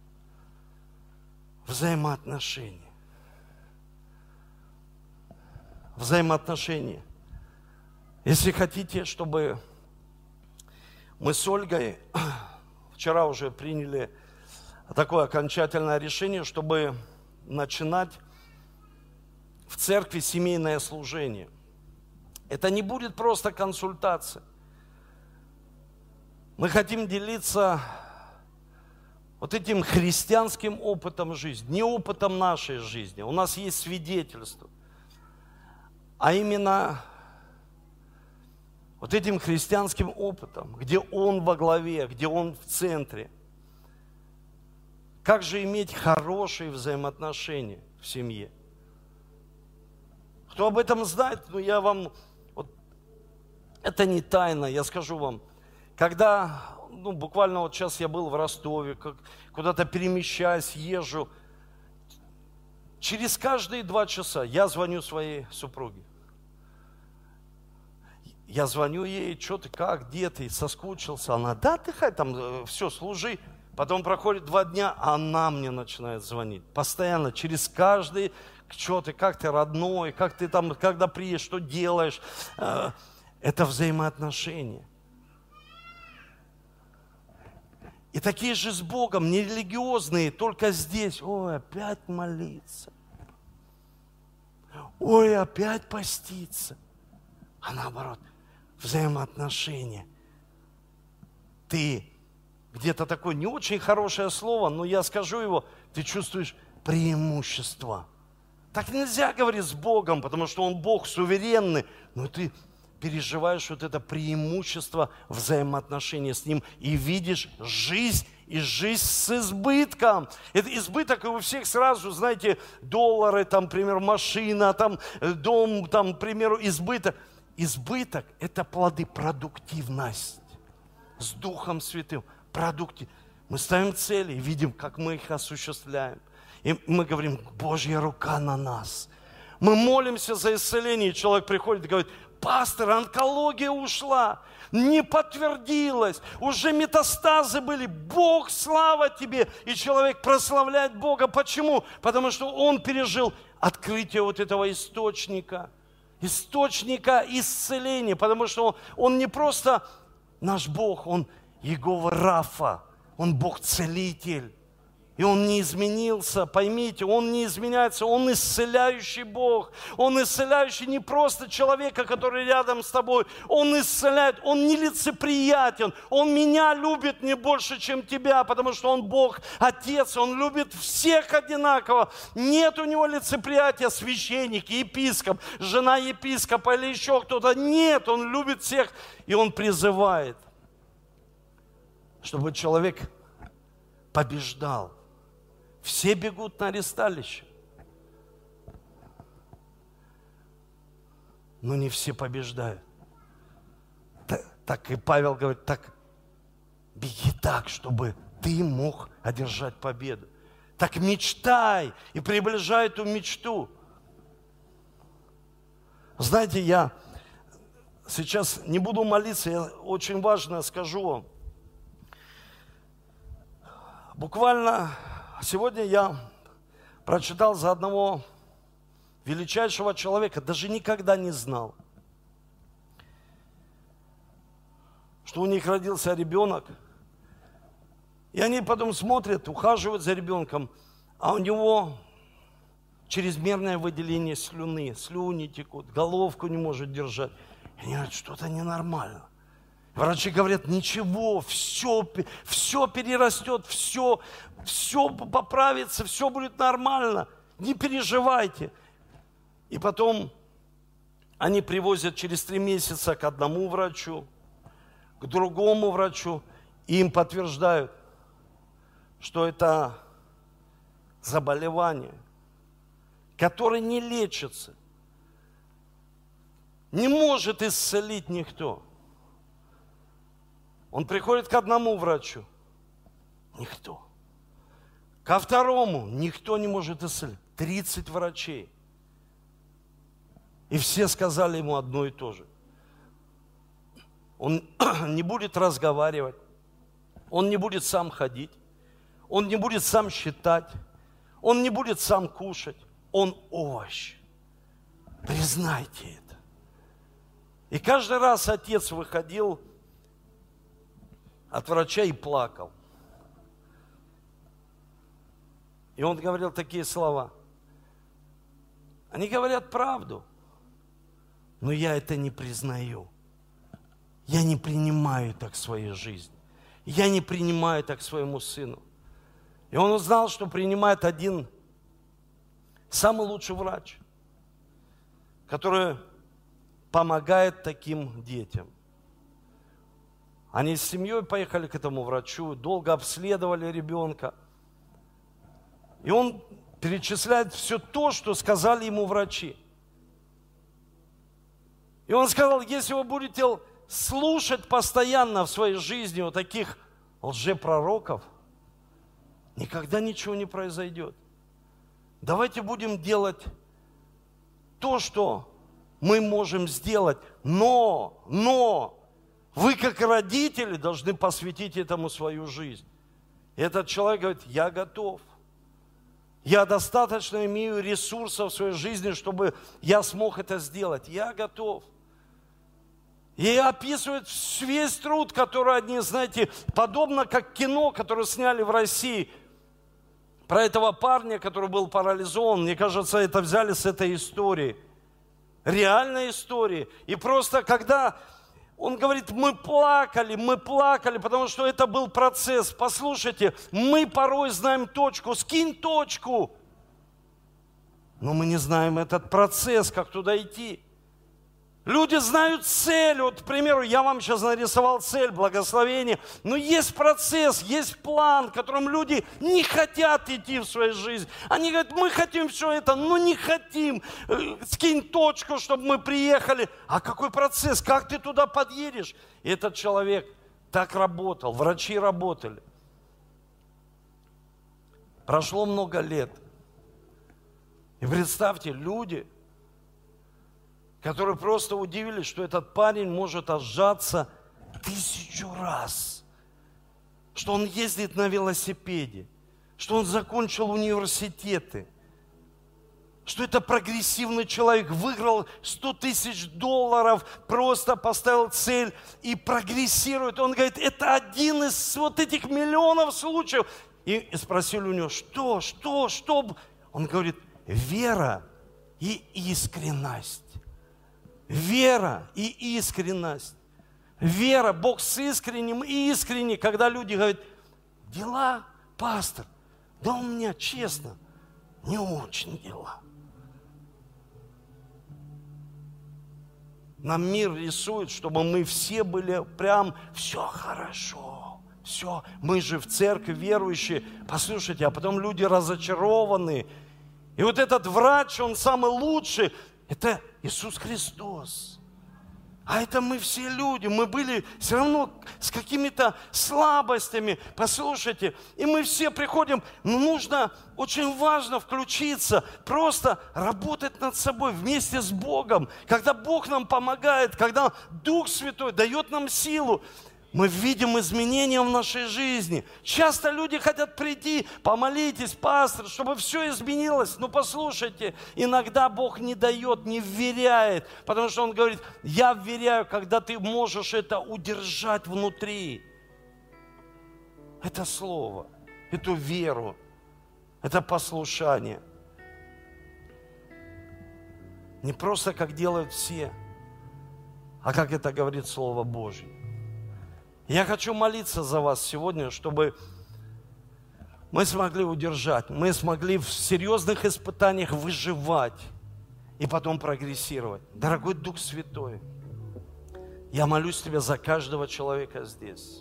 Взаимоотношения. Взаимоотношения. Если хотите, чтобы мы с Ольгой вчера уже приняли такое окончательное решение, чтобы начинать в церкви семейное служение. Это не будет просто консультация. Мы хотим делиться вот этим христианским опытом жизни, не опытом нашей жизни. У нас есть свидетельство, а именно вот этим христианским опытом, где Он во главе, где Он в центре. Как же иметь хорошие взаимоотношения в семье? Кто об этом знает, я вам, это не тайна, я скажу вам. Когда, буквально вот сейчас я был в Ростове, куда-то перемещаюсь, езжу, через каждые 2 часа я звоню своей супруге. Я звоню ей, что ты, как, где ты, соскучился. Она, да, отдыхай, там, все, служи. Потом проходит 2 дня, она мне начинает звонить. Постоянно, через каждый, что ты, как ты, родной, как ты там, когда приедешь, что делаешь. Это взаимоотношения. И такие же с Богом, не религиозные, только здесь. Ой, опять молиться. Ой, опять поститься. А наоборот, взаимоотношения. Ты где-то такое не очень хорошее слово, но я скажу его, ты чувствуешь преимущество. Так нельзя говорить с Богом, потому что Он Бог суверенный, но ты переживаешь вот это преимущество взаимоотношения с Ним и видишь жизнь, и жизнь с избытком. Это избыток, и у всех сразу, знаете, доллары, там, например, машина, там, дом, там, к примеру, избыток. Избыток – это плоды, продуктивность с Духом Святым. Мы ставим цели и видим, как мы их осуществляем. И мы говорим, Божья рука на нас. Мы молимся за исцеление, и человек приходит и говорит, пастор, онкология ушла, не подтвердилась, уже метастазы были, Бог, слава тебе. И человек прославляет Бога. Почему? Потому что он пережил открытие вот этого источника исцеления, потому что он не просто наш Бог, Он Иегова Рафа, Он Бог-целитель. И Он не изменился, поймите, Он не изменяется, Он исцеляющий Бог. Он исцеляющий не просто человека, который рядом с тобой, Он исцеляет, Он нелицеприятен, Он меня любит не больше, чем тебя, потому что Он Бог, Отец, Он любит всех одинаково. Нет у Него лицеприятия, священник, епископ, жена епископа или еще кто-то. Нет, Он любит всех, и Он призывает, чтобы человек побеждал. Все бегут на аресталище. Но не все побеждают. Так и Павел говорит, так беги так, чтобы ты мог одержать победу. Так мечтай и приближай эту мечту. Знаете, я сейчас не буду молиться, я очень важно скажу вам. Буквально сегодня я прочитал за одного величайшего человека, даже никогда не знал, что у них родился ребенок. И они потом смотрят, ухаживают за ребенком, а у него чрезмерное выделение слюны, слюни текут, головку не может держать. И они говорят, что-то ненормально. Врачи говорят, ничего, все перерастет, все поправится, все будет нормально, не переживайте. И потом они привозят через 3 месяца к одному врачу, к другому врачу, и им подтверждают, что это заболевание, которое не лечится, не может исцелить никто. Он приходит к одному врачу, никто. Ко второму никто не может исцелить. 30 врачей. И все сказали ему одно и то же. Он не будет разговаривать, он не будет сам ходить, он не будет сам считать, он не будет сам кушать, он овощ. Признайте это. И каждый раз отец выходил от врача и плакал. И он говорил такие слова. Они говорят правду, но я это не признаю. Я не принимаю так своей жизни. Я не принимаю так своему сыну. И он узнал, что принимает один самый лучший врач, который помогает таким детям. Они с семьей поехали к этому врачу, долго обследовали ребенка. И он перечисляет все то, что сказали ему врачи. И он сказал, если вы будете слушать постоянно в своей жизни вот таких лжепророков, никогда ничего не произойдет. Давайте будем делать то, что мы можем сделать, но вы как родители должны посвятить этому свою жизнь. И этот человек говорит, я готов. Я достаточно имею ресурсов в своей жизни, чтобы я смог это сделать. Я готов. И описывают весь труд, который они, знаете, подобно как кино, которое сняли в России, про этого парня, который был парализован. Мне кажется, это взяли с этой истории. Реальной истории. И просто когда он говорит, мы плакали, потому что это был процесс. Послушайте, мы порой знаем точку, скинь точку. Но мы не знаем этот процесс, как туда идти. Люди знают цель. Вот, к примеру, я вам сейчас нарисовал цель благословения. Но есть процесс, есть план, которым люди не хотят идти в свою жизнь. Они говорят, мы хотим все это, но не хотим. Скинь точку, чтобы мы приехали. А какой процесс? Как ты туда подъедешь? И этот человек так работал, врачи работали. Прошло много лет. И представьте, люди, которые просто удивились, что этот парень может отжаться 1000 раз, что он ездит на велосипеде, что он закончил университеты, что это прогрессивный человек, выиграл $100 000, просто поставил цель и прогрессирует. Он говорит, это один из вот этих миллионов случаев. И спросили у него, что? Он говорит, вера и искренность. Вера и искренность. Вера, Бог с искренним и искренне, когда люди говорят, дела, пастор, да у меня, честно, не очень дела. Нам мир рисует, чтобы мы все были прям, все хорошо, все. Мы же в церкви верующие, послушайте, а потом люди разочарованы. И вот этот врач, он самый лучший, это Иисус Христос. А это мы все люди, мы были все равно с какими-то слабостями. Послушайте, и мы все приходим, но нужно, очень важно включиться, просто работать над собой вместе с Богом. Когда Бог нам помогает, когда Дух Святой дает нам силу, мы видим изменения в нашей жизни. Часто люди хотят прийти, помолитесь, пастор, чтобы все изменилось. Но послушайте, иногда Бог не дает, не вверяет, потому что Он говорит, я вверяю, когда ты можешь это удержать внутри. Это слово, эту веру, это послушание. Не просто как делают все, а как это говорит Слово Божье. Я хочу молиться за вас сегодня, чтобы мы смогли удержать, мы смогли в серьезных испытаниях выживать и потом прогрессировать. Дорогой Дух Святой, я молюсь Тебя за каждого человека здесь,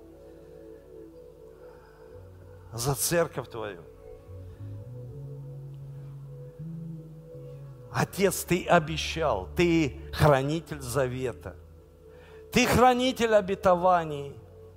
за церковь Твою. Отец, Ты обещал, Ты хранитель завета. Ты хранитель обетований.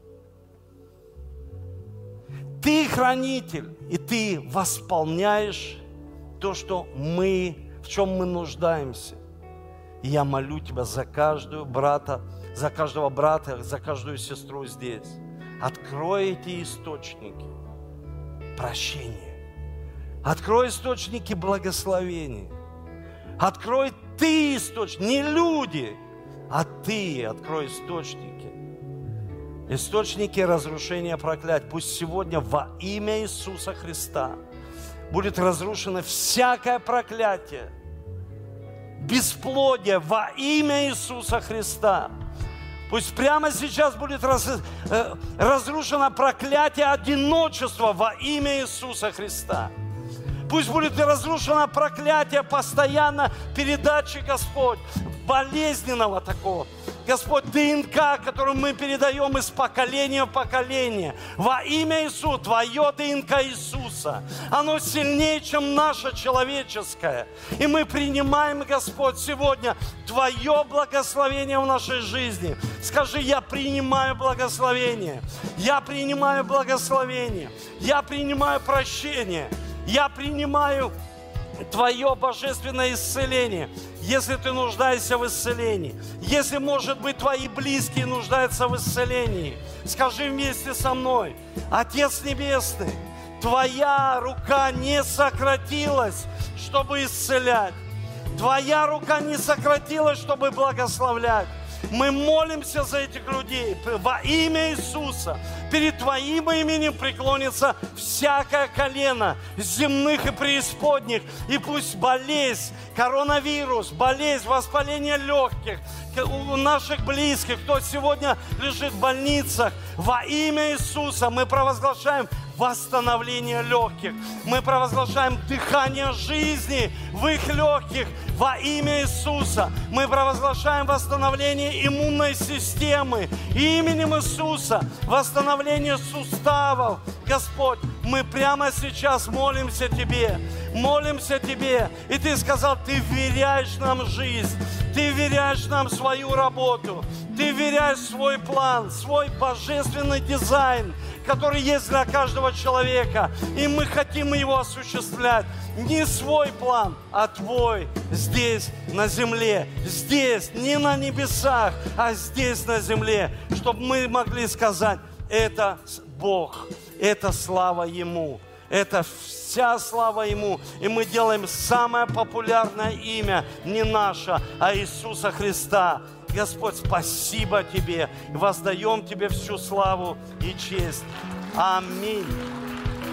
Ты хранитель, и Ты восполняешь то, что в чем мы нуждаемся. И я молю Тебя за каждого брата, за каждую сестру здесь. Открой эти источники прощения. Открой источники благословения. Открой Ты источники, не люди, а Ты открой источники. Источники разрушения проклятий. Пусть сегодня во имя Иисуса Христа будет разрушено всякое проклятие, бесплодие во имя Иисуса Христа. Пусть прямо сейчас будет разрушено проклятие одиночества во имя Иисуса Христа. Пусть будет разрушено проклятие постоянно передачи, Господь, болезненного такого. Господь, ДНК, которую мы передаем из поколения в поколение. Во имя Иисуса, Твое ДНК Иисуса, оно сильнее, чем наше человеческое. И мы принимаем, Господь, сегодня Твое благословение в нашей жизни. Скажи, я принимаю благословение. Я принимаю благословение. Я принимаю прощение. Я принимаю Твое божественное исцеление. Если ты нуждаешься в исцелении, если, может быть, твои близкие нуждаются в исцелении, скажи вместе со мной: Отец Небесный, Твоя рука не сократилась, чтобы исцелять. Твоя рука не сократилась, чтобы благословлять. Мы молимся за этих людей во имя Иисуса. Перед Твоим именем преклонится всякое колено земных и преисподних. И пусть болезнь, коронавирус, болезнь, воспаление легких у наших близких, кто сегодня лежит в больницах, во имя Иисуса мы провозглашаем восстановление легких. Мы провозглашаем дыхание жизни в их легких во имя Иисуса. Мы провозглашаем восстановление иммунной системы именем Иисуса, восстановление суставов. Господь, мы прямо сейчас молимся Тебе, и Ты сказал, Ты вверяешь нам жизнь, Ты вверяешь нам свою работу, Ты вверяешь свой план, свой божественный дизайн, который есть для каждого человека. И мы хотим его осуществлять. Не свой план, а Твой здесь, на земле. Здесь, не на небесах, а здесь, на земле. Чтобы мы могли сказать, это Бог, это слава Ему. Это вся слава Ему. И мы делаем самое популярное имя, не наше, а Иисуса Христа. Господь, спасибо Тебе. Воздаем Тебе всю славу и честь. Аминь.